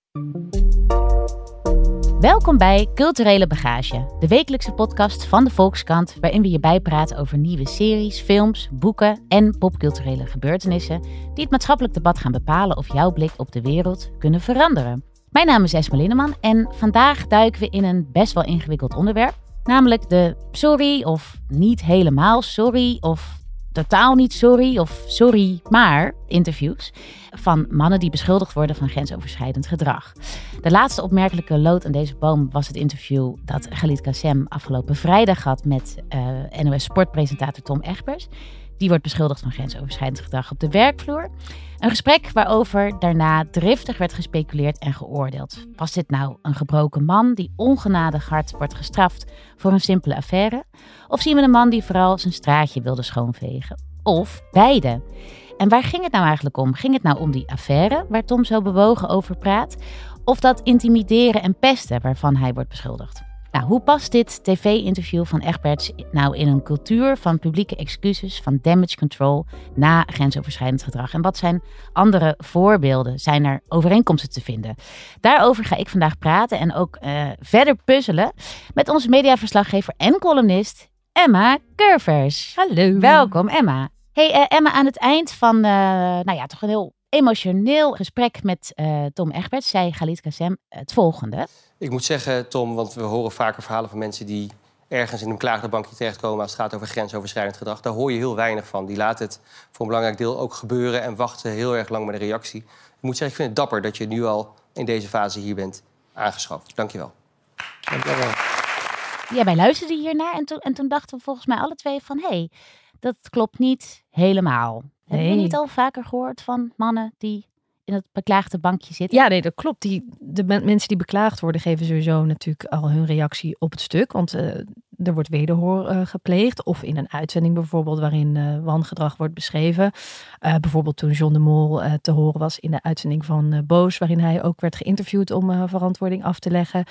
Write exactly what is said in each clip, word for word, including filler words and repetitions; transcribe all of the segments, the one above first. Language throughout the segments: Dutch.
Welkom bij Culturele Bagage, de wekelijkse podcast van de Volkskrant, waarin we je bijpraten over nieuwe series, films, boeken en popculturele gebeurtenissen die het maatschappelijk debat gaan bepalen of jouw blik op de wereld kunnen veranderen. Mijn naam is Esma Linneman en vandaag duiken we in een best wel ingewikkeld onderwerp, namelijk de sorry of niet helemaal sorry of totaal niet sorry of sorry maar interviews van mannen die beschuldigd worden van grensoverschrijdend gedrag. De laatste opmerkelijke lood aan deze boom was het interview dat Khalid Kassem afgelopen vrijdag had met uh, N O S sportpresentator Tom Egbers. Die wordt beschuldigd van grensoverschrijdend gedrag op de werkvloer. Een gesprek waarover daarna driftig werd gespeculeerd en geoordeeld. Was dit nou een gebroken man die ongenadig hard wordt gestraft voor een simpele affaire? Of zien we een man die vooral zijn straatje wilde schoonvegen? Of beide? En waar ging het nou eigenlijk om? Ging het nou om die affaire waar Tom zo bewogen over praat? Of dat intimideren en pesten waarvan hij wordt beschuldigd? Nou, hoe past dit tv-interview van Egberts nou in een cultuur van publieke excuses, van damage control na grensoverschrijdend gedrag? En wat zijn andere voorbeelden? Zijn er overeenkomsten te vinden? Daarover ga ik vandaag praten en ook uh, verder puzzelen met onze mediaverslaggever en columnist Emma Curvers. Hallo. Welkom, Emma. Hey uh, Emma, aan het eind van, uh, nou ja, toch een heel emotioneel gesprek met uh, Tom Egbers zei Khalid Kassem het volgende. Ik moet zeggen, Tom, want we horen vaker verhalen van mensen die ergens in een klaagdebankje terechtkomen als het gaat over grensoverschrijdend gedrag. Daar hoor je heel weinig van. Die laten het voor een belangrijk deel ook gebeuren en wachten heel erg lang met een reactie. Ik moet zeggen, ik vind het dapper dat je nu al in deze fase hier bent aangeschoven. Dank je wel. Dank je wel. Ja, wij luisterden hiernaar en, to- en toen dachten we volgens mij alle twee van, hé, hey, dat klopt niet helemaal. Nee. Hebben we niet al vaker gehoord van mannen die in het beklaagde bankje zitten? Ja, nee, dat klopt. Die, de men- mensen die beklaagd worden geven sowieso natuurlijk al hun reactie op het stuk. Want uh, er wordt wederhoor uh, gepleegd. Of in een uitzending bijvoorbeeld waarin uh, wangedrag wordt beschreven. Uh, bijvoorbeeld toen John de Mol uh, te horen was in de uitzending van uh, Boos. Waarin hij ook werd geïnterviewd om uh, verantwoording af te leggen.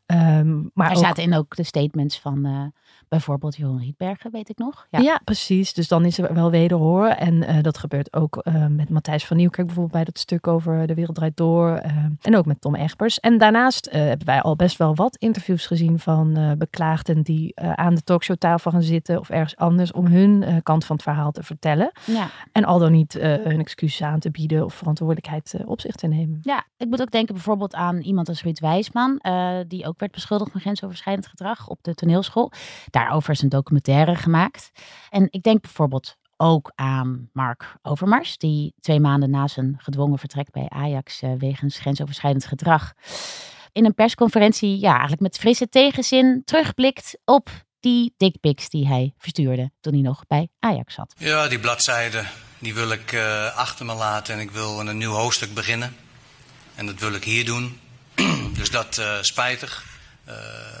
Um, maar er ook... zaten in ook de statements van uh, bijvoorbeeld Jeroen Rietbergen, weet ik nog. Ja. ja, precies. Dus dan is er wel wederhoor. En uh, dat gebeurt ook uh, met Matthijs van Nieuwkerk bijvoorbeeld bij dat stuk over De Wereld Draait Door. Uh, en ook met Tom Egbers. En daarnaast uh, hebben wij al best wel wat interviews gezien van uh, beklaagden die uh, aan de talkshowtafel gaan zitten of ergens anders om hun uh, kant van het verhaal te vertellen. Ja. En al dan niet uh, hun excuses aan te bieden of verantwoordelijkheid uh, op zich te nemen. Ja, ik moet ook denken bijvoorbeeld aan iemand als Ruud Wijsman, uh, die ook werd beschuldigd van grensoverschrijdend gedrag op de toneelschool. Daarover is een documentaire gemaakt. En ik denk bijvoorbeeld ook aan Mark Overmars, die twee maanden na zijn gedwongen vertrek bij Ajax uh, wegens grensoverschrijdend gedrag in een persconferentie, ja, eigenlijk met frisse tegenzin terugblikt op die dickpics die hij verstuurde toen hij nog bij Ajax zat. Ja, die bladzijde, die wil ik uh, achter me laten en ik wil een nieuw hoofdstuk beginnen. En dat wil ik hier doen. Dus dat uh, spijtig. Uh,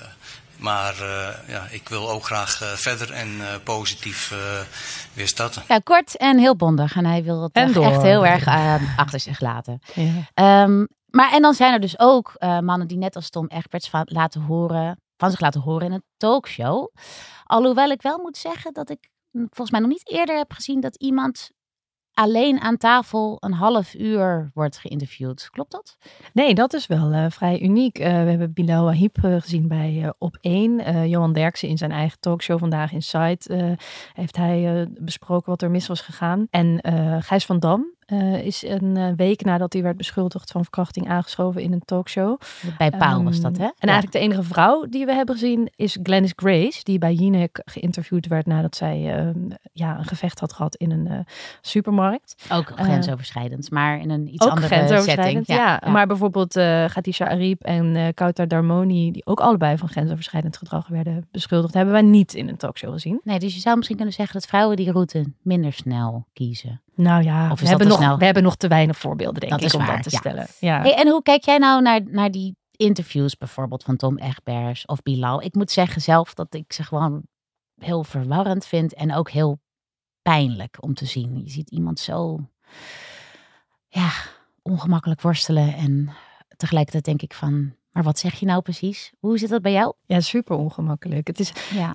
Maar uh, ja, ik wil ook graag uh, verder en uh, positief uh, weer starten. Ja, kort en heel bondig. En hij wil het echt heel erg uh, achter zich laten. Ja. Um, maar en dan zijn er dus ook uh, mannen die net als Tom Egberts van, laten horen, van zich laten horen in een talkshow. Alhoewel ik wel moet zeggen dat ik volgens mij nog niet eerder heb gezien dat iemand alleen aan tafel een half uur wordt geïnterviewd. Klopt dat? Nee, dat is wel uh, vrij uniek. Uh, we hebben Bilal Wahib uh, gezien bij uh, Op één. Uh, Johan Derksen in zijn eigen talkshow Vandaag Inside uh, heeft hij uh, besproken wat er mis was gegaan. En uh, Gijs van Dam uh, is een uh, week nadat hij werd beschuldigd van verkrachting aangeschoven in een talkshow. Bij Pauw um, was dat, hè? En ja. eigenlijk de enige vrouw die we hebben gezien is Glennis Grace, die bij Jinek geïnterviewd werd nadat zij uh, ja, een gevecht had gehad in een uh, supermarkt. Ook grensoverschrijdend, uh, maar in een iets ook andere setting. Ja, ja. ja, maar bijvoorbeeld uh, Khatisha Ariep en uh, Kautar Darmoni, die ook allebei van grensoverschrijdend gedrag werden beschuldigd, hebben wij niet in een talkshow gezien. Nee, dus je zou misschien kunnen zeggen dat vrouwen die route minder snel kiezen. Nou ja, we hebben, nog, we hebben nog te weinig voorbeelden, denk dat ik, om waar, dat te ja. stellen. Ja. Hey, en hoe kijk jij nou naar, naar die interviews bijvoorbeeld van Tom Egbers of Bilal? Ik moet zeggen zelf dat ik ze gewoon heel verwarrend vind en ook heel pijnlijk om te zien. Je ziet iemand zo ja, ongemakkelijk worstelen en tegelijkertijd denk ik van, maar wat zeg je nou precies? Hoe zit dat bij jou? Ja, super ongemakkelijk. Het is... Ja.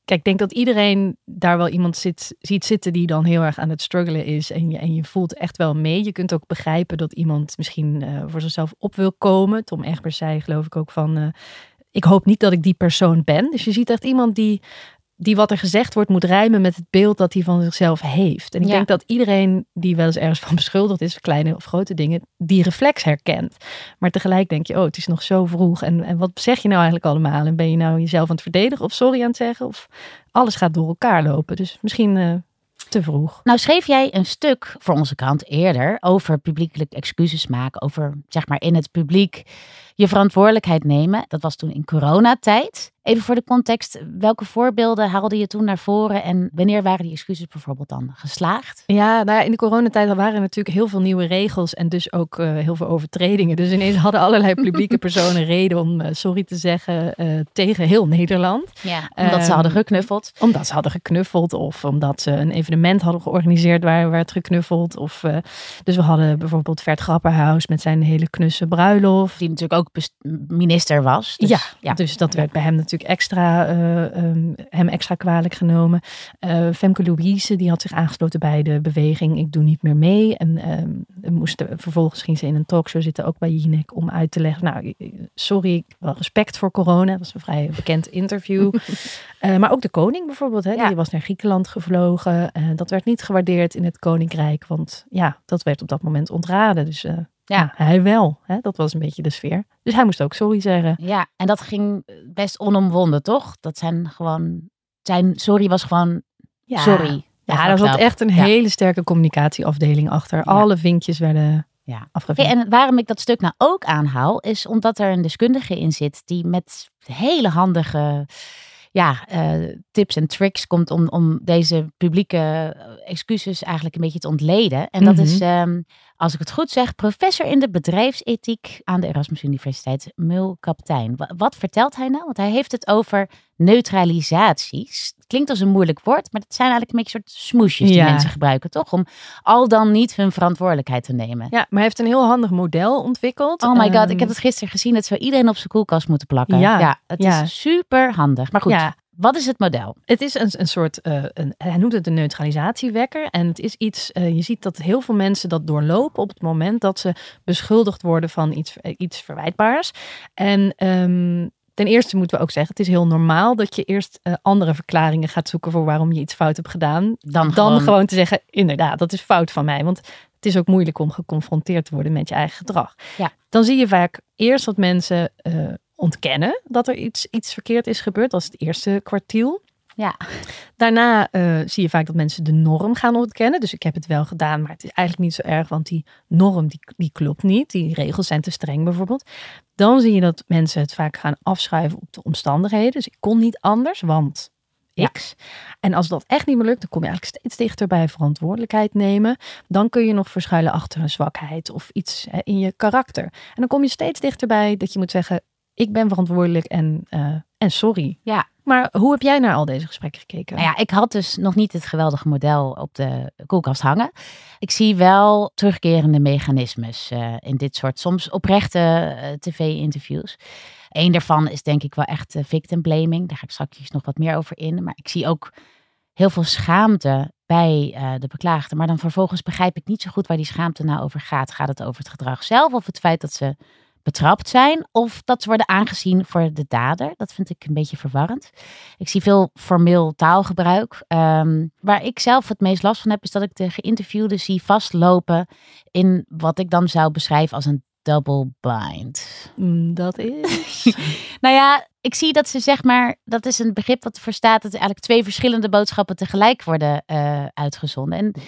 Kijk, ik denk dat iedereen daar wel iemand zit, ziet zitten die dan heel erg aan het struggelen is. En je, en je voelt echt wel mee. Je kunt ook begrijpen dat iemand misschien uh, voor zichzelf op wil komen. Tom Egbers zei, geloof ik ook van, uh, ik hoop niet dat ik die persoon ben. Dus je ziet echt iemand die, die wat er gezegd wordt moet rijmen met het beeld dat hij van zichzelf heeft. En ik ja. denk dat iedereen die wel eens ergens van beschuldigd is, kleine of grote dingen, die reflex herkent. Maar tegelijk denk je, oh, het is nog zo vroeg. En, en wat zeg je nou eigenlijk allemaal? En ben je nou jezelf aan het verdedigen of sorry aan het zeggen? Of alles gaat door elkaar lopen. Dus misschien uh, te vroeg. Nou schreef jij een stuk voor onze krant eerder over publiekelijk excuses maken. Over, zeg maar, in het publiek je verantwoordelijkheid nemen. Dat was toen in coronatijd. Even voor de context, welke voorbeelden haalde je toen naar voren en wanneer waren die excuses bijvoorbeeld dan geslaagd? Ja, nou ja, in de coronatijd waren er natuurlijk heel veel nieuwe regels en dus ook uh, heel veel overtredingen. Dus ineens hadden allerlei publieke personen reden om uh, sorry te zeggen uh, tegen heel Nederland. Ja, omdat um, ze hadden geknuffeld. Omdat ze hadden geknuffeld of omdat ze een evenement hadden georganiseerd waar werd geknuffeld. Of, uh, dus we hadden bijvoorbeeld Vert Grapperhaus met zijn hele knusse bruiloft. Die natuurlijk ook minister was. Dus, ja, ja, dus dat werd bij hem natuurlijk extra uh, um, hem extra kwalijk genomen. Uh, Femke Louise, die had zich aangesloten bij de beweging Ik Doe Niet Meer Mee. En um, moest vervolgens ging ze in een talkshow zitten, ook bij Jinek, om uit te leggen. Nou, sorry, wel respect voor corona. Dat was een vrij bekend interview. uh, maar ook de koning bijvoorbeeld, hè, ja. die was naar Griekenland gevlogen. Uh, dat werd niet gewaardeerd in het koninkrijk, want ja, dat werd op dat moment ontraden. Dus uh, ja, hij wel. Hè? Dat was een beetje de sfeer. Dus hij moest ook sorry zeggen. Ja, en dat ging best onomwonden, toch? Dat zijn gewoon, zijn sorry was gewoon ja. sorry. Ja, daar zat echt een ja. hele sterke communicatieafdeling achter. Ja. Alle vinkjes werden ja. afgevinkt. Hey, en waarom ik dat stuk nou ook aanhaal, is omdat er een deskundige in zit die met hele handige ja, uh, tips en tricks komt om, om deze publieke excuses eigenlijk een beetje te ontleden. En dat mm-hmm. is, um, als ik het goed zeg, professor in de bedrijfsethiek aan de Erasmus Universiteit, Mul Kaptein. W- wat vertelt hij nou? Want hij heeft het over neutralisaties. Het klinkt als een moeilijk woord, maar het zijn eigenlijk een beetje soort smoesjes die ja. mensen gebruiken, toch? Om al dan niet hun verantwoordelijkheid te nemen. Ja, maar hij heeft een heel handig model ontwikkeld. Oh my god, um, ik heb het gisteren gezien. Het zou iedereen op zijn koelkast moeten plakken. Ja, ja het ja. is super handig. Maar goed, ja. wat is het model? Het is een, een soort, uh, een, hij noemt het een neutralisatiewekker. En het is iets, uh, je ziet dat heel veel mensen dat doorlopen op het moment dat ze beschuldigd worden van iets, uh, iets verwijtbaars. En um, ten eerste moeten we ook zeggen, het is heel normaal dat je eerst uh, andere verklaringen gaat zoeken voor waarom je iets fout hebt gedaan. Dan, dan gewoon... gewoon te zeggen, inderdaad, dat is fout van mij. Want het is ook moeilijk om geconfronteerd te worden met je eigen gedrag. Ja. Dan zie je vaak eerst dat mensen uh, ontkennen dat er iets, iets verkeerd is gebeurd. Dat is het eerste kwartiel. Ja. Daarna uh, zie je vaak dat mensen de norm gaan ontkennen. Dus ik heb het wel gedaan, maar het is eigenlijk niet zo erg, want die norm die, die klopt niet. Die regels zijn te streng bijvoorbeeld. Dan zie je dat mensen het vaak gaan afschuiven op de omstandigheden. Dus ik kon niet anders, want X. Ja. En als dat echt niet meer lukt, dan kom je eigenlijk steeds dichter bij verantwoordelijkheid nemen. Dan kun je nog verschuilen achter een zwakheid of iets hè, in je karakter. En dan kom je steeds dichterbij dat je moet zeggen, ik ben verantwoordelijk en, uh, en sorry. Ja. Maar hoe heb jij naar al deze gesprekken gekeken? Nou ja, ik had dus nog niet het geweldige model op de koelkast hangen. Ik zie wel terugkerende mechanismes uh, in dit soort soms oprechte uh, tv-interviews. Eén daarvan is denk ik wel echt uh, victim blaming. Daar ga ik straks nog wat meer over in. Maar ik zie ook heel veel schaamte bij uh, de beklaagde. Maar dan vervolgens begrijp ik niet zo goed waar die schaamte nou over gaat. Gaat het over het gedrag zelf of het feit dat ze betrapt zijn of dat ze worden aangezien voor de dader? Dat vind ik een beetje verwarrend. Ik zie veel formeel taalgebruik. Um, waar ik zelf het meest last van heb, is dat ik de geïnterviewden zie vastlopen in wat ik dan zou beschrijven als een double bind. Mm, dat is... nou ja, ik zie dat ze zeg maar, dat is een begrip wat ervoor staat dat er eigenlijk twee verschillende boodschappen tegelijk worden uh, uitgezonden. En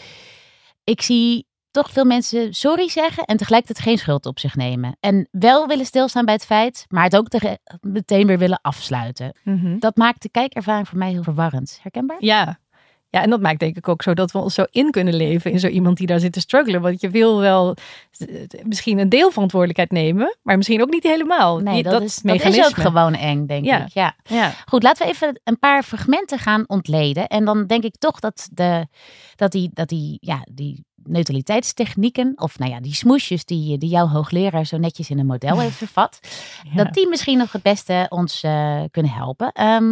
ik zie toch veel mensen sorry zeggen en tegelijkertijd geen schuld op zich nemen. En wel willen stilstaan bij het feit, maar het ook te, meteen weer willen afsluiten. Mm-hmm. Dat maakt de kijkervaring voor mij heel verwarrend. Herkenbaar? Ja. Ja, en dat maakt denk ik ook zo dat we ons zo in kunnen leven in zo iemand die daar zit te struggelen. Want je wil wel misschien een deel verantwoordelijkheid nemen, maar misschien ook niet helemaal. Nee, dat, dat, is, dat is ook gewoon eng, denk ja. ik. Ja. Ja. Goed, laten we even een paar fragmenten gaan ontleden. En dan denk ik toch dat, de, dat die, dat die, ja, die neutraliteitstechnieken, of nou ja, die smoesjes die, die jouw hoogleraar zo netjes in een model heeft vervat, ja. dat die misschien nog het beste ons uh, kunnen helpen. Um,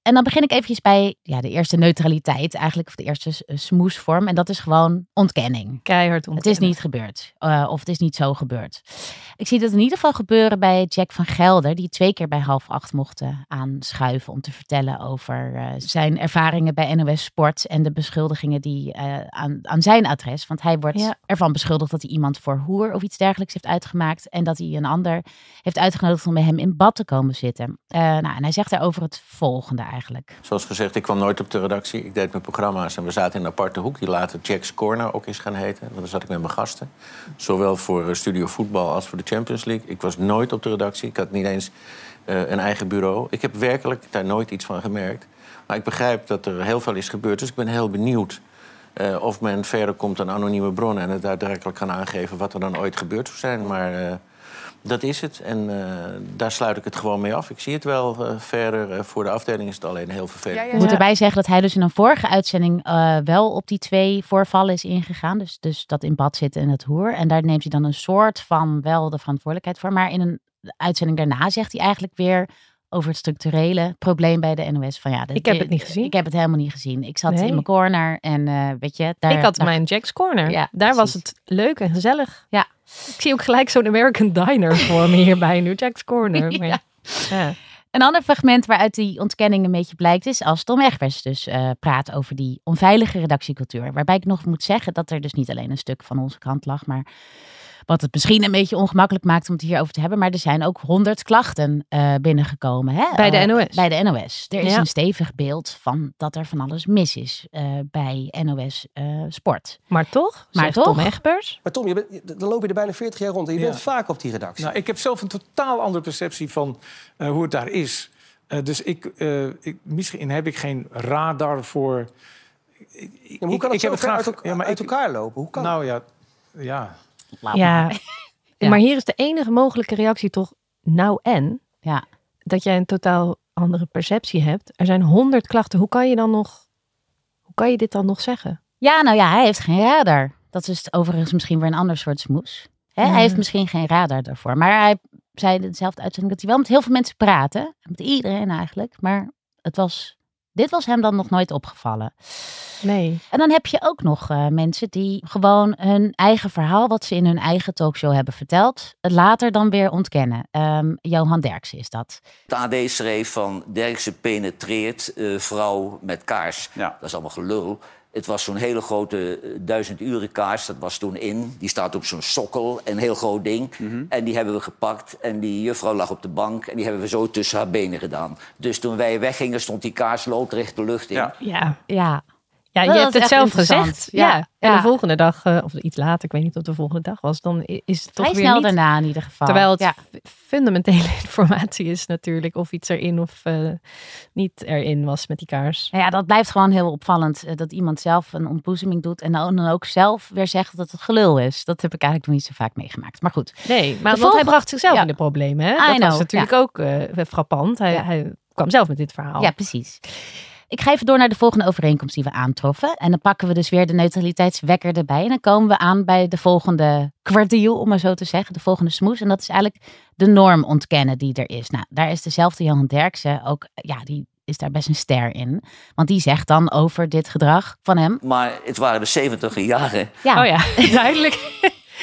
En dan begin ik eventjes bij ja, de eerste neutraliteit eigenlijk. Of de eerste smoesvorm. En dat is gewoon ontkenning. Keihard ontkennen. Het is niet gebeurd. Uh, of het is niet zo gebeurd. Ik zie dat in ieder geval gebeuren bij Jack van Gelder. Die twee keer bij half acht mocht uh, aanschuiven. Om te vertellen over uh, zijn ervaringen bij N O S Sport. En de beschuldigingen die uh, aan, aan zijn adres. Want hij wordt ja. ervan beschuldigd dat hij iemand voor hoer of iets dergelijks heeft uitgemaakt. En dat hij een ander heeft uitgenodigd om bij hem in bad te komen zitten. Uh, nou, en hij zegt daarover het volgende eigenlijk. Zoals gezegd, ik kwam nooit op de redactie. Ik deed mijn programma's en we zaten in een aparte hoek. Die later Jack's Corner ook is gaan heten. Want dan zat ik met mijn gasten. Zowel voor Studio Voetbal als voor de Champions League. Ik was nooit op de redactie. Ik had niet eens uh, een eigen bureau. Ik heb werkelijk daar nooit iets van gemerkt. Maar ik begrijp dat er heel veel is gebeurd. Dus ik ben heel benieuwd uh, of men verder komt aan anonieme bronnen en het daadwerkelijk kan aangeven wat er dan ooit gebeurd zou zijn. Maar uh, dat is het. En uh, daar sluit ik het gewoon mee af. Ik zie het wel uh, verder. Uh, voor de afdeling is het alleen heel vervelend. Ja, ja, ja. Ik moet erbij zeggen dat hij dus in een vorige uitzending uh, wel op die twee voorvallen is ingegaan. Dus, dus dat in bad zitten en het hoer. En daar neemt hij dan een soort van wel de verantwoordelijkheid voor. Maar in een uitzending daarna zegt hij eigenlijk weer over het structurele probleem bij de N O S. Van, ja, dit, ik heb het niet gezien. Ik heb het helemaal niet gezien. Ik zat nee. in mijn corner en uh, weet je... Daar, ik had daar... mijn Jack's Corner. Ja, daar precies. was het leuk en gezellig. Ja. Ik zie ook gelijk zo'n American Diner voor me hierbij nu. Jack's Corner. Maar ja. Ja. Een ander fragment waaruit die ontkenning een beetje blijkt is als Tom Egbers dus uh, praat over die onveilige redactiecultuur. Waarbij ik nog moet zeggen dat er dus niet alleen een stuk van onze kant lag, maar wat het misschien een beetje ongemakkelijk maakt om het hierover te hebben. Maar er zijn ook honderd klachten uh, binnengekomen. Hè? Bij de N O S. Uh, bij de N O S. Er is ja. een stevig beeld van dat er van alles mis is uh, bij N O S uh, Sport. Maar toch? Maar toch? Tom Egbers. Maar Tom, je bent, dan loop je er bijna veertig jaar rond en je ja. bent vaak op die redactie. Nou, ik heb zelf een totaal andere perceptie van uh, hoe het daar is. Uh, dus ik, uh, ik, misschien heb ik geen radar voor... Ik, ja, maar hoe kan het ik, zo ik heb het graag, uit, elkaar, ja, maar uit ik, elkaar lopen? Hoe kan nou ja, ja... Ja. ja, maar hier is de enige mogelijke reactie toch nou en? Ja. Dat jij een totaal andere perceptie hebt. Er zijn honderd klachten. Hoe kan je dan nog... Hoe kan je dit dan nog zeggen? Ja, nou ja, hij heeft geen radar. Dat is overigens misschien weer een ander soort smoes. Hè? Ja. Hij heeft misschien geen radar daarvoor. Maar hij zei in dezelfde uitzending dat hij wel met heel veel mensen praten. Met iedereen eigenlijk. Maar het was... Dit was hem dan nog nooit opgevallen. Nee. En dan heb je ook nog uh, mensen die gewoon hun eigen verhaal, wat ze in hun eigen talkshow hebben verteld, het later dan weer ontkennen. Um, Johan Derksen is dat. Het A D schreef van Derksen penetreert uh, vrouw met kaars. Ja. Dat is allemaal gelul. Het was zo'n hele grote uh, duizend uren kaars, dat was toen in. Die staat op zo'n sokkel, een heel groot ding. Mm-hmm. En die hebben we gepakt en die juffrouw lag op de bank en die hebben we zo tussen haar benen gedaan. Dus toen wij weggingen stond die kaars loodrecht de lucht in. Ja, ja. ja. Ja, je hebt het zelf gezegd. Ja. ja. En ja. de volgende dag, uh, of iets later, ik weet niet of de volgende dag was, dan is het toch Vrij weer snel niet... daarna in ieder geval. Terwijl het ja. f- fundamentele informatie is natuurlijk of iets erin of uh, niet erin was met die kaars. Nou ja, dat blijft gewoon heel opvallend. Uh, dat iemand zelf een ontboezeming doet en dan ook zelf weer zegt dat het gelul is. Dat heb ik eigenlijk nog niet zo vaak meegemaakt. Maar goed. Nee, maar want volgende... hij bracht zichzelf ja. in de problemen. Hè? I Dat know. was natuurlijk ja. ook uh, frappant. Hij, ja. hij kwam zelf met dit verhaal. Ja, precies. Ik ga even door naar de volgende overeenkomst die we aantroffen. En dan pakken we dus weer de neutraliteitswekker erbij. En dan komen we aan bij de volgende kwartiel, om maar zo te zeggen. De volgende smoes. En dat is eigenlijk de norm ontkennen die er is. Nou, daar is dezelfde Johan Derksen ook, ja, die is daar best een ster in. Want die zegt dan over dit gedrag van hem. Maar het waren de zeventiger jaren. Ja. Oh ja, duidelijk.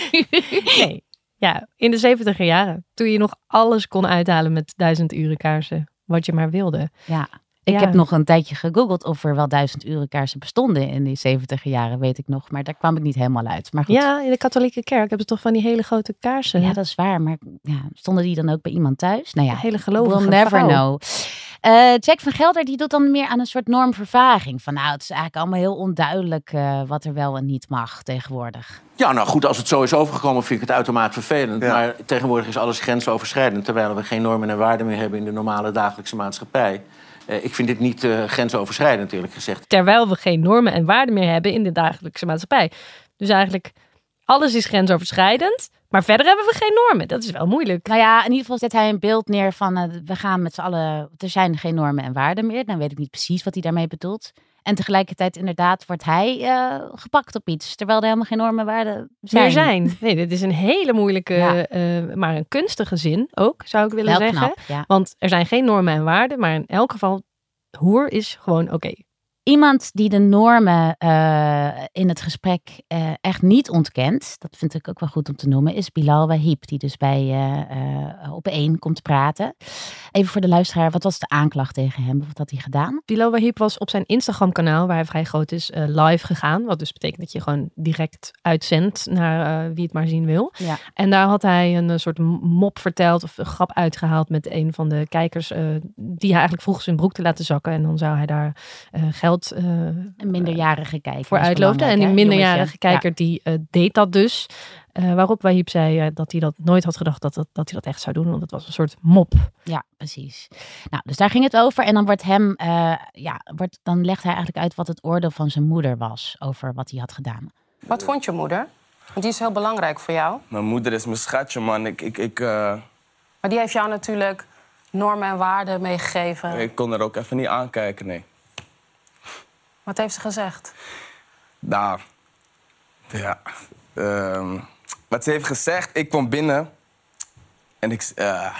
Nee. Ja, in de zeventiger jaren. Toen je nog alles kon uithalen met duizend uren kaarsen. Wat je maar wilde. Ja. Ik ja. heb nog een tijdje gegoogeld of er wel duizend uren kaarsen bestonden in die zeventiger jaren, weet ik nog. Maar daar kwam ik niet helemaal uit. Maar goed. Ja, in de katholieke kerk hebben ze toch van die hele grote kaarsen. Ja, dat is waar. Maar ja, stonden die dan ook bij iemand thuis? Nou ja, hele gelovige we'll never vrouw. know. Uh, Jack van Gelder die doet dan meer aan een soort normvervaging. Van nou, het is eigenlijk allemaal heel onduidelijk uh, wat er wel en niet mag tegenwoordig. Ja, nou goed, als het zo is overgekomen vind ik het uitermate vervelend. Ja. Maar tegenwoordig is alles grensoverschrijdend, terwijl we geen normen en waarden meer hebben in de normale dagelijkse maatschappij. Uh, ik vind dit niet uh, grensoverschrijdend, eerlijk gezegd. Terwijl we geen normen en waarden meer hebben in de dagelijkse maatschappij. Dus eigenlijk, alles is grensoverschrijdend, maar verder hebben we geen normen. Dat is wel moeilijk. Nou ja, in ieder geval zet hij een beeld neer van, uh, we gaan met z'n allen, er zijn geen normen en waarden meer. Dan weet ik niet precies wat hij daarmee bedoelt. En tegelijkertijd inderdaad wordt hij uh, gepakt op iets, terwijl er helemaal geen normen en waarden zijn. Meer zijn. Nee, dit is een hele moeilijke, ja. uh, maar een kunstige zin ook, zou ik willen Wel zeggen. knap, ja. Want er zijn geen normen en waarden, maar in elk geval hoer is gewoon oké. Okay. Iemand die de normen uh, in het gesprek uh, echt niet ontkent, dat vind ik ook wel goed om te noemen, is Bilal Wahib, die dus bij uh, uh, Op één komt praten. Even voor de luisteraar, wat was de aanklacht tegen hem? Wat had hij gedaan? Bilal Wahib was op zijn Instagram-kanaal, waar hij vrij groot is, uh, live gegaan. Wat dus betekent dat je gewoon direct uitzendt naar uh, wie het maar zien wil. Ja. En daar had hij een uh, soort mop verteld of een grap uitgehaald met een van de kijkers, uh, die hij eigenlijk vroeg zijn broek te laten zakken. En dan zou hij daar uh, geld Uh, een minderjarige kijker voor uitloofde. En die minderjarige Jongetje. kijker ja. die uh, deed dat dus. Uh, waarop Wahib zei uh, dat hij dat nooit had gedacht dat, dat, dat hij dat echt zou doen. Want het was een soort mop. Ja, precies. Nou, dus daar ging het over. En dan wordt hem, uh, ja, wordt, dan legt hij eigenlijk uit wat het oordeel van zijn moeder was over wat hij had gedaan. Wat vond je moeder? Want die is heel belangrijk voor jou. Mijn moeder is mijn schatje, man. Ik, ik, ik, uh... Maar die heeft jou natuurlijk normen en waarden meegegeven. Ik kon er ook even niet aankijken, nee. Wat heeft ze gezegd? Nou, ja. Uh, wat ze heeft gezegd, ik kwam binnen en ik... Uh,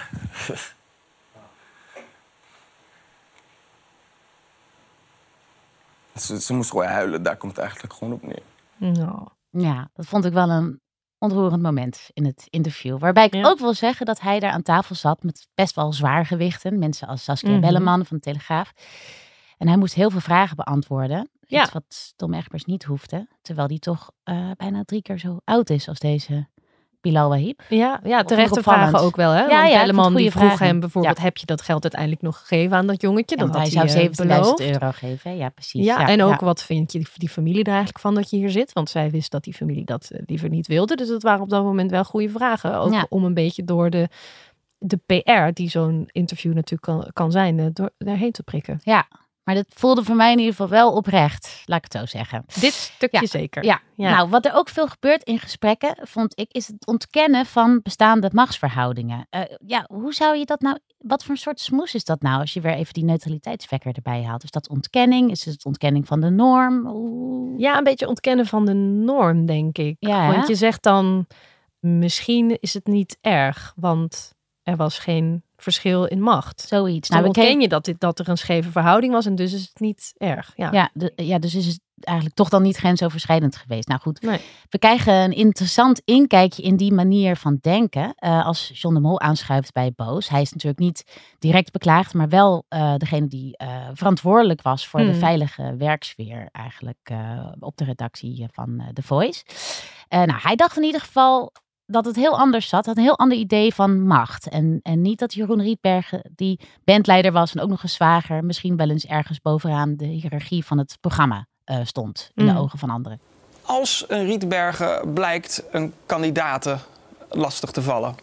ze, ze moest gewoon huilen, daar komt het eigenlijk gewoon op neer. No. Ja, dat vond ik wel een ontroerend moment in het interview. Waarbij ik ja. ook wil zeggen dat hij daar aan tafel zat met best wel zwaargewichten. Mensen als Saskia mm-hmm. Belleman van de Telegraaf. En hij moest heel veel vragen beantwoorden. Ja. Iets wat Tom Egbers niet hoefde. Terwijl die toch uh, bijna drie keer zo oud is als deze Bilal Wahib. Ja, ja terechte vragen ook wel. Hè? Ja, Want ja, Belleman die vroeg vragen. hem bijvoorbeeld... Ja. heb je dat geld uiteindelijk nog gegeven aan dat jongetje? Ja, dat hij had zou hij zeventienduizend euro geven. Ja, precies. Ja, ja en ook ja. wat vind je die familie er eigenlijk van dat je hier zit? Want zij wist dat die familie dat uh, liever niet wilde. Dus dat waren op dat moment wel goede vragen. Ook ja. om een beetje door de... de P R die zo'n interview natuurlijk kan, kan zijn, uh, door daarheen te prikken. Ja. Maar dat voelde voor mij in ieder geval wel oprecht, laat ik het zo zeggen. Dit stukje ja. zeker. Ja. ja, nou wat er ook veel gebeurt in gesprekken, vond ik, is het ontkennen van bestaande machtsverhoudingen. Uh, ja, hoe zou je dat nou, wat voor een soort smoes is dat nou, als je weer even die neutraliteitswekker erbij haalt? Is dat ontkenning? Is het ontkenning van de norm? Oeh. Ja, een beetje ontkennen van de norm, denk ik. Ja, want je zegt dan, misschien is het niet erg, want er was geen verschil in macht. Zoiets. Nou, nou, we ken je dat, dit, dat er een scheve verhouding was en dus is het niet erg. Ja, ja, de, ja dus is het eigenlijk toch dan niet grensoverschrijdend geweest. Nou goed, nee. We krijgen een interessant inkijkje in die manier van denken. Uh, als John de Mol aanschuift bij Boos. Hij is natuurlijk niet direct beklaagd, maar wel uh, degene die uh, verantwoordelijk was voor hmm. de veilige werksfeer eigenlijk uh, op de redactie van uh, The Voice. Uh, nou, hij dacht in ieder geval dat het heel anders zat. Had een heel ander idee van macht. En, en niet dat Jeroen Rietbergen, die bandleider was en ook nog een zwager, misschien wel eens ergens bovenaan de hiërarchie van het programma uh, stond. In mm. de ogen van anderen. Als een Rietbergen blijkt een kandidaat lastig te vallen,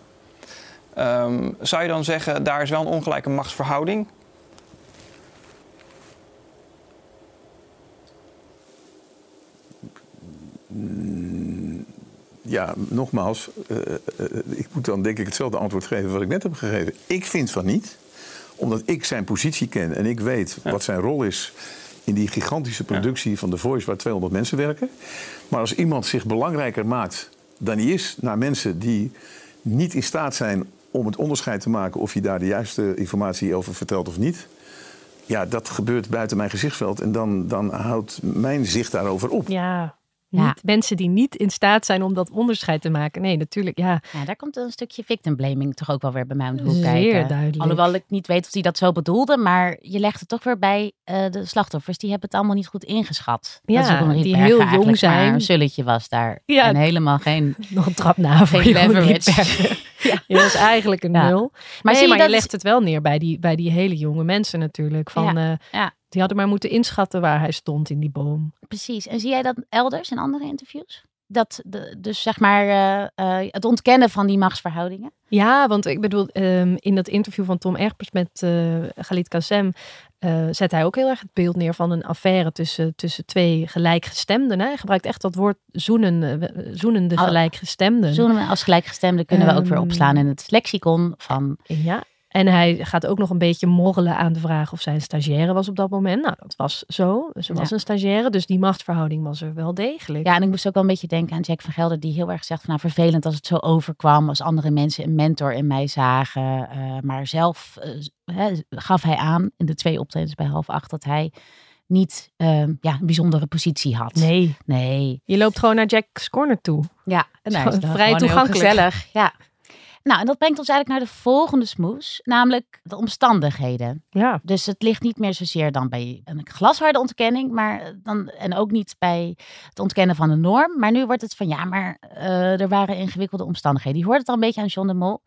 um, zou je dan zeggen, daar is wel een ongelijke machtsverhouding? Ja, nogmaals, uh, uh, ik moet dan denk ik hetzelfde antwoord geven wat ik net heb gegeven. Ik vind van niet, omdat ik zijn positie ken en ik weet ja. wat zijn rol is in die gigantische productie ja. van The Voice waar tweehonderd mensen werken. Maar als iemand zich belangrijker maakt dan hij is naar mensen die niet in staat zijn om het onderscheid te maken of je daar de juiste informatie over vertelt of niet. Ja, dat gebeurt buiten mijn gezichtsveld en dan, dan houdt mijn zicht daarover op. Ja. Niet ja. mensen die niet in staat zijn om dat onderscheid te maken. Nee, natuurlijk, ja. ja daar komt een stukje victim blaming toch ook wel weer bij mij om de hoek Zeer kijken. Duidelijk. Alhoewel ik niet weet of hij dat zo bedoelde, maar je legt het toch weer bij uh, de slachtoffers. Die hebben het allemaal niet goed ingeschat. Ja, dat die heel jong zijn. Maar een zulletje was daar. Ja. En helemaal geen... Nog een trap na voor geen leverage. Ja. ja, dat is eigenlijk een ja. nul. Maar, nee, zie je, maar dat je legt het wel neer bij die, bij die hele jonge mensen natuurlijk. Van, ja. Uh, ja. Die hadden maar moeten inschatten waar hij stond in die boom. Precies. En zie jij dat elders in andere interviews? Dat de, dus zeg maar uh, uh, het ontkennen van die machtsverhoudingen? Ja, want ik bedoel, um, in dat interview van Tom Egbers met uh, Khalid Kassem uh, zet hij ook heel erg het beeld neer van een affaire tussen, tussen twee gelijkgestemden. Hè? Hij gebruikt echt dat woord zoenen, uh, zoenende gelijkgestemden. Zoenen als gelijkgestemden kunnen um, we ook weer opslaan in het lexicon van... Ja. En hij gaat ook nog een beetje morrelen aan de vraag of zij een stagiaire was op dat moment. Nou, dat was zo. Ze was ja. een stagiaire, dus die machtsverhouding was er wel degelijk. Ja, en ik moest ook wel een beetje denken aan Jack van Gelder, die heel erg zegt van nou, vervelend als het zo overkwam, als andere mensen een mentor in mij zagen. Uh, maar zelf uh, hè, gaf hij aan in de twee optredens bij half acht dat hij niet uh, ja, een bijzondere positie had. Nee. nee. Je loopt gewoon naar Jack's Corner toe. Ja, en daar is vrij toegankelijk. Gezellig. Ja. Nou, en dat brengt ons eigenlijk naar de volgende smoes, namelijk de omstandigheden. Ja. Dus het ligt niet meer zozeer dan bij een glasharde ontkenning, maar dan, en ook niet bij het ontkennen van de norm. Maar nu wordt het van, ja, maar uh, er waren ingewikkelde omstandigheden. Je hoort het al een beetje aan John de Mol.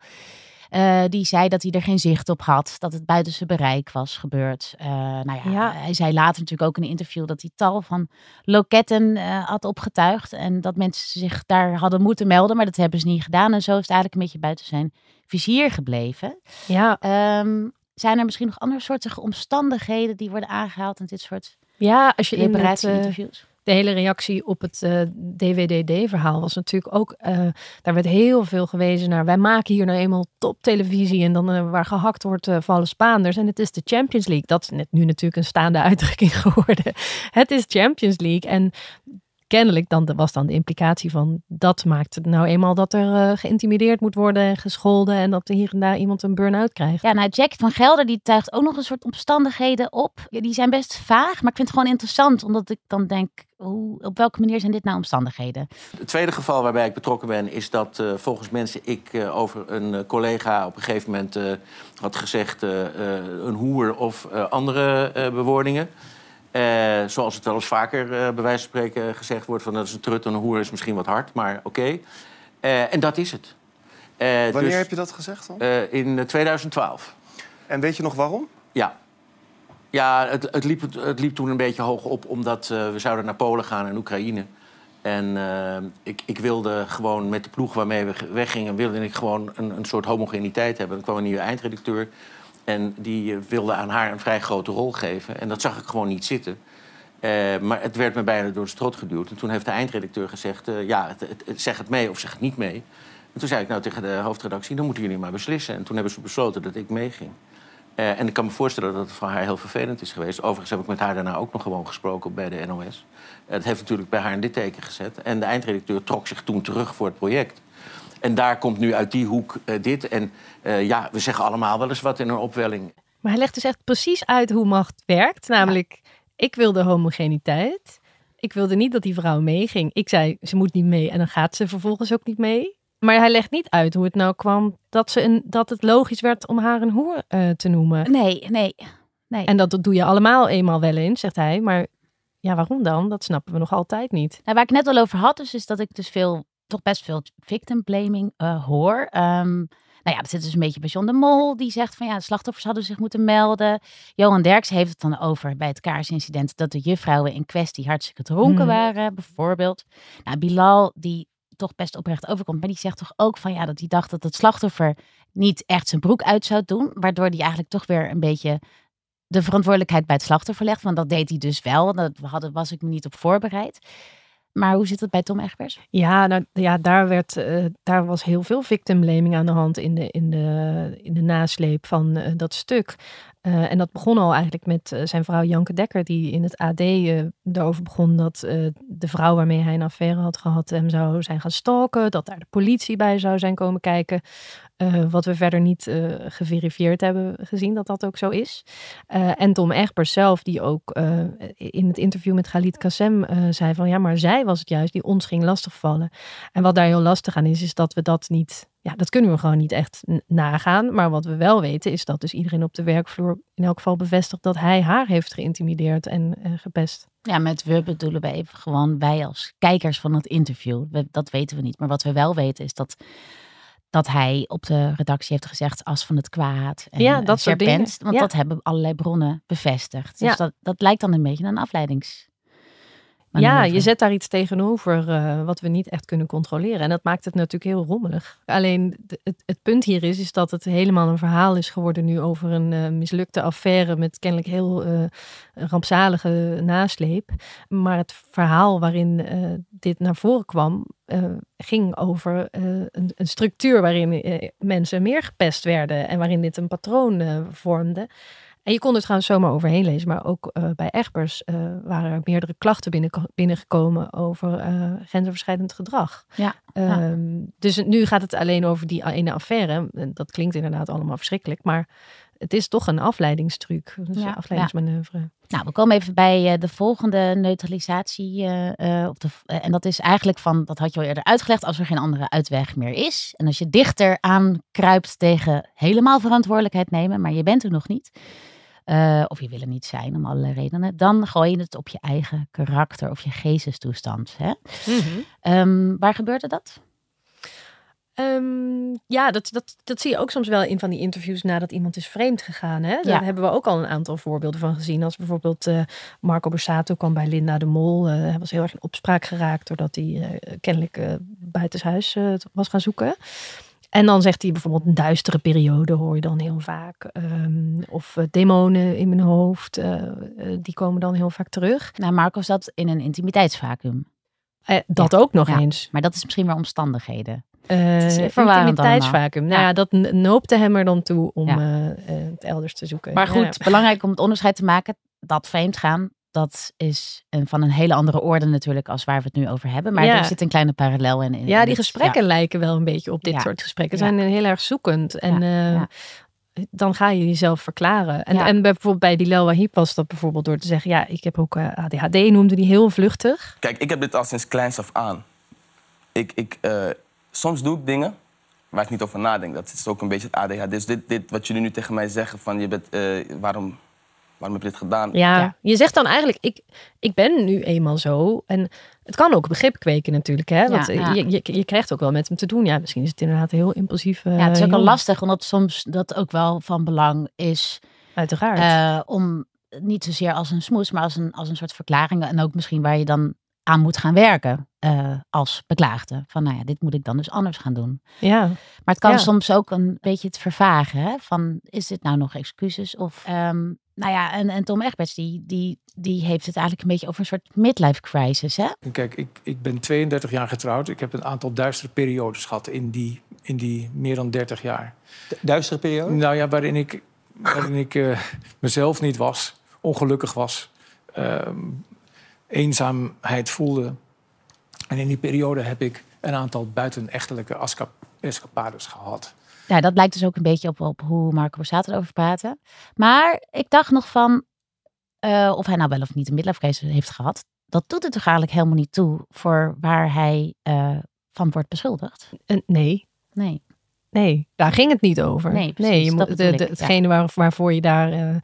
Uh, die zei dat hij er geen zicht op had, dat het buiten zijn bereik was gebeurd. Uh, nou ja, ja, hij zei later natuurlijk ook in een interview dat hij tal van loketten uh, had opgetuigd en dat mensen zich daar hadden moeten melden, maar dat hebben ze niet gedaan. En zo is het eigenlijk een beetje buiten zijn vizier gebleven. Ja. Um, zijn er misschien nog andere soorten omstandigheden die worden aangehaald in dit soort ja, als je in het, uh, interviews? De hele reactie op het uh, D W D D-verhaal was natuurlijk ook... Uh, daar werd heel veel gewezen naar... wij maken hier nou eenmaal toptelevisie... en dan uh, waar gehakt wordt uh, vallen Spaanders. En het is de Champions League. Dat is net nu natuurlijk een staande uitdrukking geworden. Het is Champions League. En kennelijk dan, was dan de implicatie van... dat maakt het nou eenmaal dat er uh, geïntimideerd moet worden... en gescholden en dat er hier en daar iemand een burn-out krijgt. Ja, nou Jack van Gelder die tuigt ook nog een soort omstandigheden op. Ja, die zijn best vaag, maar ik vind het gewoon interessant... omdat ik dan denk, hoe, op welke manier zijn dit nou omstandigheden? Het tweede geval waarbij ik betrokken ben... is dat uh, volgens mensen ik uh, over een uh, collega op een gegeven moment uh, had gezegd... Uh, uh, een hoer of uh, andere uh, bewoordingen... Uh, zoals het wel eens vaker uh, bij wijze van spreken gezegd wordt... van dat is een trut en een hoer is misschien wat hard, maar oké. Okay. Uh, en dat is het. Uh, Wanneer dus, heb je dat gezegd dan? Uh, in twintig twaalf. En weet je nog waarom? Ja. Ja, het, het, liep, het liep toen een beetje hoog op... omdat uh, we zouden naar Polen gaan en Oekraïne. En uh, ik, ik wilde gewoon met de ploeg waarmee we weggingen... wilde ik gewoon een, een soort homogeniteit hebben. Er kwam een nieuwe eindredacteur... En die wilde aan haar een vrij grote rol geven. En dat zag ik gewoon niet zitten. Uh, maar het werd me bijna door de strot geduwd. En toen heeft de eindredacteur gezegd... Uh, ja, het, het, het, zeg het mee of zeg het niet mee. En toen zei ik nou tegen de hoofdredactie... dan moeten jullie maar beslissen. En toen hebben ze besloten dat ik meeging. Uh, en ik kan me voorstellen dat het voor haar heel vervelend is geweest. Overigens heb ik met haar daarna ook nog gewoon gesproken bij de N O S. Uh, het heeft natuurlijk bij haar een litteken gezet. En de eindredacteur trok zich toen terug voor het project. En daar komt nu uit die hoek uh, dit. En uh, ja, we zeggen allemaal wel eens wat in een opwelling. Maar hij legt dus echt precies uit hoe macht werkt. Namelijk, ja. Ik wilde homogeniteit. Ik wilde niet dat die vrouw meeging. Ik zei, ze moet niet mee en dan gaat ze vervolgens ook niet mee. Maar hij legt niet uit hoe het nou kwam dat, ze een, dat het logisch werd om haar een hoer uh, te noemen. Nee, nee, nee. En dat, dat doe je allemaal eenmaal wel eens, zegt hij. Maar ja, waarom dan? Dat snappen we nog altijd niet. Nou, waar ik net al over had, dus, is dat ik dus veel... toch best veel victim blaming uh, hoor. Um, nou ja, dat zit dus een beetje bij John de Mol. Die zegt van ja, de slachtoffers hadden zich moeten melden. Johan Derks heeft het dan over bij het kaarsincident... dat de juffrouwen in kwestie hartstikke dronken hmm. waren, bijvoorbeeld. Nou, Bilal, die toch best oprecht overkomt... maar die zegt toch ook van ja, dat hij dacht dat het slachtoffer... niet echt zijn broek uit zou doen. Waardoor hij eigenlijk toch weer een beetje... de verantwoordelijkheid bij het slachtoffer legt. Want dat deed hij dus wel. Dat hadden, was ik me niet op voorbereid. Maar hoe zit het bij Tom Egbers? Ja, nou, ja daar, werd, uh, daar was heel veel victim blaming aan de hand in de, in de, in de nasleep van uh, dat stuk. Uh, en dat begon al eigenlijk met uh, zijn vrouw Janke Dekker, die in het A D uh, erover begon dat uh, de vrouw waarmee hij een affaire had gehad hem zou zijn gaan stalken, dat daar de politie bij zou zijn komen kijken. Uh, wat we verder niet uh, geverifieerd hebben gezien dat dat ook zo is. Uh, en Tom Egbers zelf, die ook uh, in het interview met Khalid Kassem uh, zei van ja, maar zij was het juist die ons ging lastigvallen. En wat daar heel lastig aan is, is dat we dat niet... Ja, dat kunnen we gewoon niet echt nagaan. Maar wat we wel weten is dat dus iedereen op de werkvloer in elk geval bevestigt dat hij haar heeft geïntimideerd en uh, gepest. Ja, met we bedoelen we even gewoon wij als kijkers van het interview. We, dat weten we niet. Maar wat we wel weten is dat, dat hij op de redactie heeft gezegd as van het kwaad. En, ja, dat soort dingen. Want ja. dat hebben allerlei bronnen bevestigd. Dus ja. dat, dat lijkt dan een beetje een afleidings... Ja, je zet daar iets tegenover uh, wat we niet echt kunnen controleren. En dat maakt het natuurlijk heel rommelig. Alleen de, het, het punt hier is, is dat het helemaal een verhaal is geworden nu over een uh, mislukte affaire met kennelijk heel uh, rampzalige nasleep. Maar het verhaal waarin uh, dit naar voren kwam, uh, ging over uh, een, een structuur waarin uh, mensen meer gepest werden en waarin dit een patroon uh, vormde. En je kon er trouwens zomaar overheen lezen, maar ook uh, bij Egbers uh, waren er meerdere klachten binnen, binnengekomen over uh, grensoverschrijdend gedrag. Ja, um, ja. Dus nu gaat het alleen over die ene affaire. Dat klinkt inderdaad allemaal verschrikkelijk, maar het is toch een afleidingstruc, dus Ja, een afleidingsmanoeuvre. Ja. Nou, we komen even bij uh, de volgende neutralisatie. Uh, uh, op de, uh, en dat is eigenlijk van, dat had je al eerder uitgelegd, als er geen andere uitweg meer is. En als je dichter aankruipt tegen helemaal verantwoordelijkheid nemen, maar je bent er nog niet. Uh, of je wil er niet zijn om allerlei redenen. Dan gooi je het op je eigen karakter of je geestestoestand. Hè? Mm-hmm. Um, waar gebeurde dat? Um, ja, dat, dat, dat zie je ook soms wel in van die interviews nadat iemand is vreemd gegaan. Hè? Daar ja. hebben we ook al een aantal voorbeelden van gezien. Als bijvoorbeeld uh, Marco Borsato kwam bij Linda de Mol. Uh, hij was heel erg in opspraak geraakt doordat hij uh, kennelijk uh, buitenshuis uh, was gaan zoeken. En dan zegt hij bijvoorbeeld een duistere periode, hoor je dan heel vaak. Um, of uh, demonen in mijn hoofd, uh, uh, die komen dan heel vaak terug. Nou, Marco zat in een intimiteitsvacuum. Uh, dat ja. ook nog ja. eens. Maar dat is misschien maar omstandigheden. Uh, intimiteitsvacuum. Nou ja, ja, dat noopte hem er dan toe om ja. uh, uh, het elders te zoeken. Maar goed, ja. belangrijk om het onderscheid te maken. Dat vreemdgaan, dat is een, van een hele andere orde natuurlijk als waar we het nu over hebben. Maar ja. er zit een kleine parallel in. in ja, in die dit, gesprekken ja. lijken wel een beetje op dit ja. soort gesprekken. Ze ja. zijn heel erg zoekend. En ja. Uh, ja. dan ga je jezelf verklaren. En, ja. en bijvoorbeeld bij Bilal Wahib was dat bijvoorbeeld door te zeggen, ja, ik heb ook uh, A D H D, noemde die heel vluchtig. Kijk, ik heb dit al sinds kleins af aan. Ik, ik, uh, soms doe ik dingen waar ik niet over nadenk. Dat is ook een beetje het A D H D. Dus dit, dit wat jullie nu tegen mij zeggen, van je bent, uh, waarom, waarom heb je dit gedaan? Ja, ja, je zegt dan eigenlijk, ik, ik ben nu eenmaal zo. En het kan ook begrip kweken natuurlijk. Hè? Want ja, ja. Je, je, je krijgt ook wel met hem te doen. Ja, misschien is het inderdaad heel impulsief. Uh, ja, het is ook heel... al lastig, omdat soms dat ook wel van belang is. Uiteraard. Uh, om niet zozeer als een smoes, maar als een, als een soort verklaring. En ook misschien waar je dan aan moet gaan werken uh, als beklaagde. Van nou ja, dit moet ik dan dus anders gaan doen. Ja. Maar het kan ja. soms ook een beetje het vervagen. Hè? Van, is dit nou nog excuses? Of, um, nou ja, en, en Tom Egberts, die, die, die heeft het eigenlijk een beetje over een soort midlife crisis. Hè? Kijk, ik, ik ben tweeëndertig jaar getrouwd. Ik heb een aantal duistere periodes gehad in die, in die meer dan dertig jaar. De duistere periode? Nou ja, waarin ik, waarin ik uh, mezelf niet was, ongelukkig was. Uh, eenzaamheid voelde. En in die periode heb ik een aantal buitenechtelijke escapades gehad. Ja, dat lijkt dus ook een beetje op, op hoe Marco Borsato erover praten. Maar ik dacht nog van, uh, of hij nou wel of niet een midlife crisis heeft gehad. Dat doet het toch eigenlijk helemaal niet toe voor waar hij uh, van wordt beschuldigd? Uh, nee. Nee. Nee, daar ging het niet over. Nee, precies, nee je moet, de, de, ik, hetgene ja. waar, waarvoor je daar uh,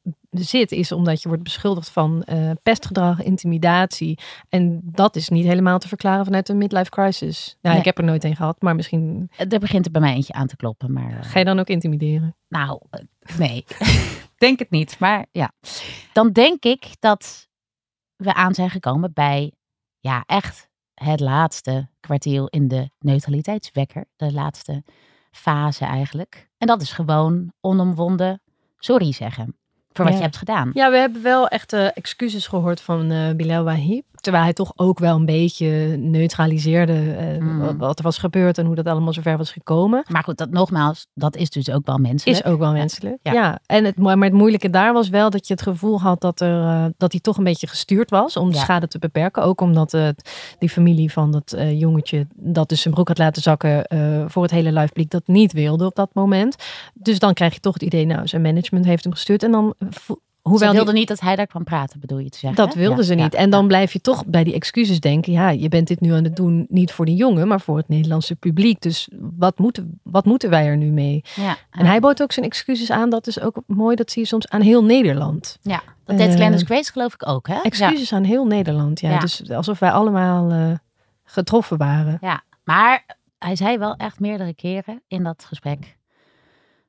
zit, is omdat je wordt beschuldigd van uh, pestgedrag, intimidatie. En dat is niet helemaal te verklaren vanuit een midlife crisis. Nou, nee. Ik heb er nooit een gehad, maar misschien... Er begint er bij mij eentje aan te kloppen. Maar, uh... Ga je dan ook intimideren? Nou, uh, nee. Denk het niet, maar ja. Dan denk ik dat we aan zijn gekomen bij, ja, echt het laatste kwartiel in de neutraliteitswekker. De laatste fase eigenlijk. En dat is gewoon onomwonden sorry zeggen voor wat ja. je hebt gedaan. Ja, we hebben wel echt uh, excuses gehoord van uh, Bilal Wahib. Terwijl hij toch ook wel een beetje neutraliseerde uh, mm. wat er was gebeurd en hoe dat allemaal zover was gekomen. Maar goed, dat nogmaals, dat is dus ook wel menselijk. Is ook wel menselijk, ja. ja. ja. En het, maar het moeilijke daar was wel dat je het gevoel had dat, er, uh, dat hij toch een beetje gestuurd was om de ja. schade te beperken. Ook omdat uh, die familie van dat uh, jongetje dat dus zijn broek had laten zakken uh, voor het hele live publiek dat niet wilde op dat moment. Dus dan krijg je toch het idee, nou, zijn management heeft hem gestuurd en dan... Hoewel ze wilden die... niet dat hij daar kwam praten, bedoel je te zeggen? Dat wilden ja, ze niet. Ja, en dan ja. blijf je toch bij die excuses denken. Ja, je bent dit nu aan het doen niet voor de jongen, maar voor het Nederlandse publiek. Dus wat moeten, wat moeten wij er nu mee? Ja, en hij bood ook zijn excuses aan. Dat is ook mooi, dat zie je soms aan heel Nederland. Ja, dat deed uh, Glennis Grace geloof ik ook, hè? Excuses ja. aan heel Nederland, ja. ja. Dus alsof wij allemaal uh, getroffen waren. Ja, maar hij zei wel echt meerdere keren in dat gesprek.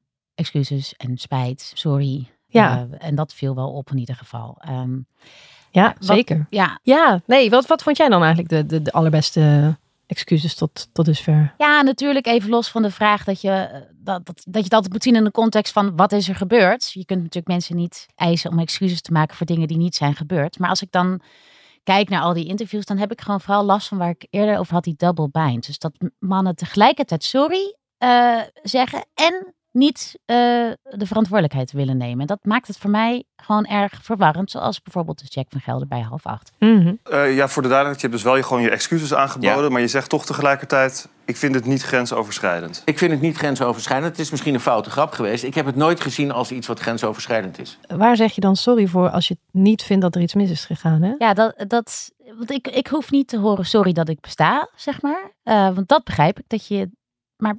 Excuses en spijt, sorry. Ja. Uh, en dat viel wel op in ieder geval. Um, Ja, wat, zeker. Ja, ja nee, wat, wat vond jij dan eigenlijk de, de, de allerbeste excuses tot, tot dusver? Ja, natuurlijk even los van de vraag dat je, dat, dat, dat je het altijd moet zien in de context van wat is er gebeurd. Je kunt natuurlijk mensen niet eisen om excuses te maken voor dingen die niet zijn gebeurd. Maar als ik dan kijk naar al die interviews, dan heb ik gewoon vooral last van waar ik eerder over had, die double bind. Dus dat mannen tegelijkertijd sorry uh, zeggen en niet uh, de verantwoordelijkheid willen nemen. En dat maakt het voor mij gewoon erg verwarrend. Zoals bijvoorbeeld de Jack van Gelder bij half acht. Mm-hmm. Uh, ja, voor de duidelijkheid, je hebt dus wel je, gewoon je excuses aangeboden. Ja. Maar je zegt toch tegelijkertijd, ik vind het niet grensoverschrijdend. Ik vind het niet grensoverschrijdend. Het is misschien een foute grap geweest. Ik heb het nooit gezien als iets wat grensoverschrijdend is. Waar zeg je dan sorry voor als je niet vindt dat er iets mis is gegaan? Hè? Ja, dat, dat, want ik, ik hoef niet te horen sorry dat ik besta, zeg maar. Uh, want dat begrijp ik, dat je... Maar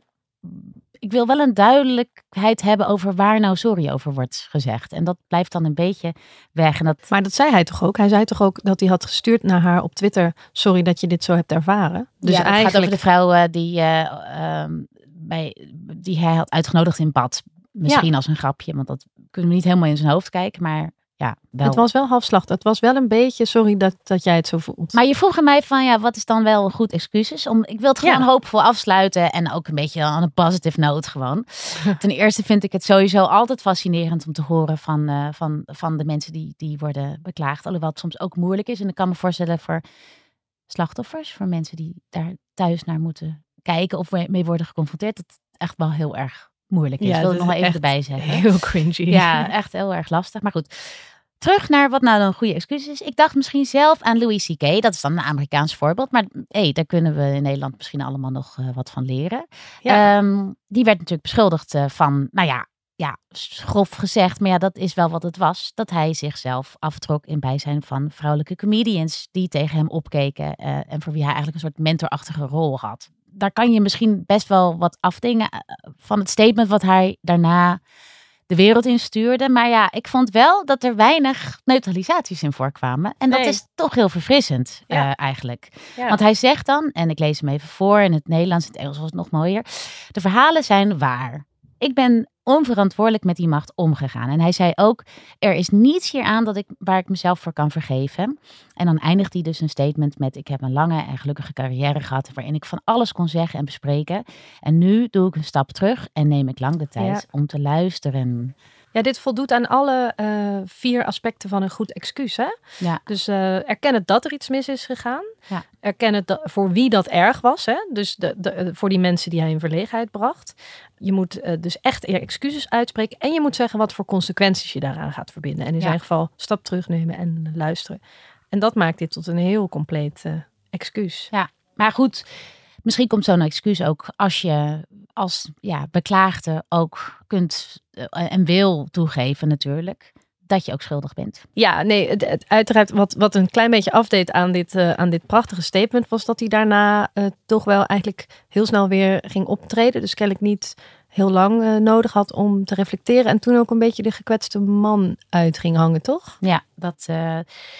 ik wil wel een duidelijkheid hebben over waar nou sorry over wordt gezegd. En dat blijft dan een beetje weg. En dat... Maar dat zei hij toch ook? Hij zei toch ook dat hij had gestuurd naar haar op Twitter, sorry dat je dit zo hebt ervaren. Dus ja, dat eigenlijk... gaat over de vrouw uh, die, uh, um, bij, die hij had uitgenodigd in bad. Misschien ja. als een grapje, want dat kunnen we niet helemaal in zijn hoofd kijken. Maar ja, wel. Het was wel halfslag. Het was wel een beetje, sorry dat, dat jij het zo voelt. Maar je vroeg aan mij van, ja, wat is dan wel een goed excuses? Om, ik wil het gewoon ja. hoopvol afsluiten en ook een beetje aan een positive note gewoon. Ten eerste vind ik het sowieso altijd fascinerend om te horen van, uh, van, van de mensen die, die worden beklaagd. Alhoewel het soms ook moeilijk is. En ik kan me voorstellen voor slachtoffers, voor mensen die daar thuis naar moeten kijken of mee worden geconfronteerd, dat het echt wel heel erg moeilijk is. Ja, ik wil het nog wel even erbij zeggen. Heel cringy. Ja, echt heel erg lastig. Maar goed, terug naar wat nou een goede excuus is. Ik dacht misschien zelf aan Louis C K. Dat is dan een Amerikaans voorbeeld. Maar hey, daar kunnen we in Nederland misschien allemaal nog uh, wat van leren. Ja. Um, die werd natuurlijk beschuldigd uh, van, nou ja, ja, grof gezegd. Maar ja, dat is wel wat het was. Dat hij zichzelf aftrok in bijzijn van vrouwelijke comedians die tegen hem opkeken. Uh, en voor wie hij eigenlijk een soort mentorachtige rol had. Daar kan je misschien best wel wat afdingen van het statement wat hij daarna de wereld instuurde. Maar ja, ik vond wel dat er weinig neutralisaties in voorkwamen. En dat nee. is toch heel verfrissend ja. uh, eigenlijk. Ja. Want hij zegt dan, en ik lees hem even voor in het Nederlands, in het Engels was het nog mooier. De verhalen zijn waar. Ik ben onverantwoordelijk met die macht omgegaan. En hij zei ook, er is niets hieraan dat ik, waar ik mezelf voor kan vergeven. En dan eindigt hij dus een statement met, ik heb een lange en gelukkige carrière gehad waarin ik van alles kon zeggen en bespreken. En nu doe ik een stap terug en neem ik lang de tijd ja. om te luisteren. Ja, dit voldoet aan alle uh, vier aspecten van een goed excuus. Hè? Ja. Dus uh, erken het dat er iets mis is gegaan. Ja. Erken het da- voor wie dat erg was. Hè? Dus de, de, voor die mensen die hij in verlegenheid bracht. Je moet uh, dus echt excuses uitspreken. En je moet zeggen wat voor consequenties je daaraan gaat verbinden. En in ja. zijn geval stap terugnemen en luisteren. En dat maakt dit tot een heel compleet uh, excuus. Ja, maar goed, misschien komt zo'n excuus ook als je als ja, beklaagde ook kunt uh, en wil toegeven natuurlijk, dat je ook schuldig bent. Ja, nee, het, het, uiteraard wat, wat een klein beetje afdeed aan dit, uh, aan dit prachtige statement was dat hij daarna uh, toch wel eigenlijk heel snel weer ging optreden. Dus kennelijk niet heel lang uh, nodig had om te reflecteren. En toen ook een beetje de gekwetste man uit ging hangen, toch? Ja, dat uh,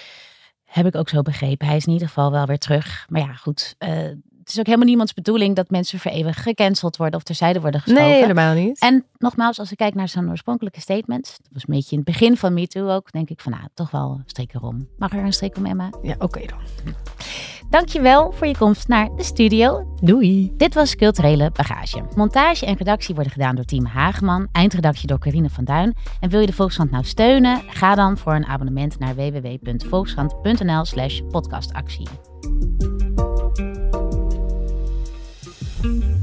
heb ik ook zo begrepen. Hij is in ieder geval wel weer terug. Maar ja, goed. Uh, Het is ook helemaal niemands bedoeling dat mensen voor eeuwig gecanceld worden of terzijde worden geschoven. Nee, helemaal niet. En nogmaals, als ik kijk naar zo'n oorspronkelijke statement, dat was een beetje in het begin van MeToo ook, denk ik van nou, toch wel een streek erom. Mag er een streek om, Emma? Ja, oké okay dan. Dankjewel voor je komst naar de studio. Doei. Dit was Culturele Bagage. Montage en redactie worden gedaan door Team Hageman, eindredactie door Corine van Duin. En wil je de Volkskrant nou steunen? Ga dan voor een abonnement naar w w w punt volkskrant punt n l slash podcastactie. Thank you.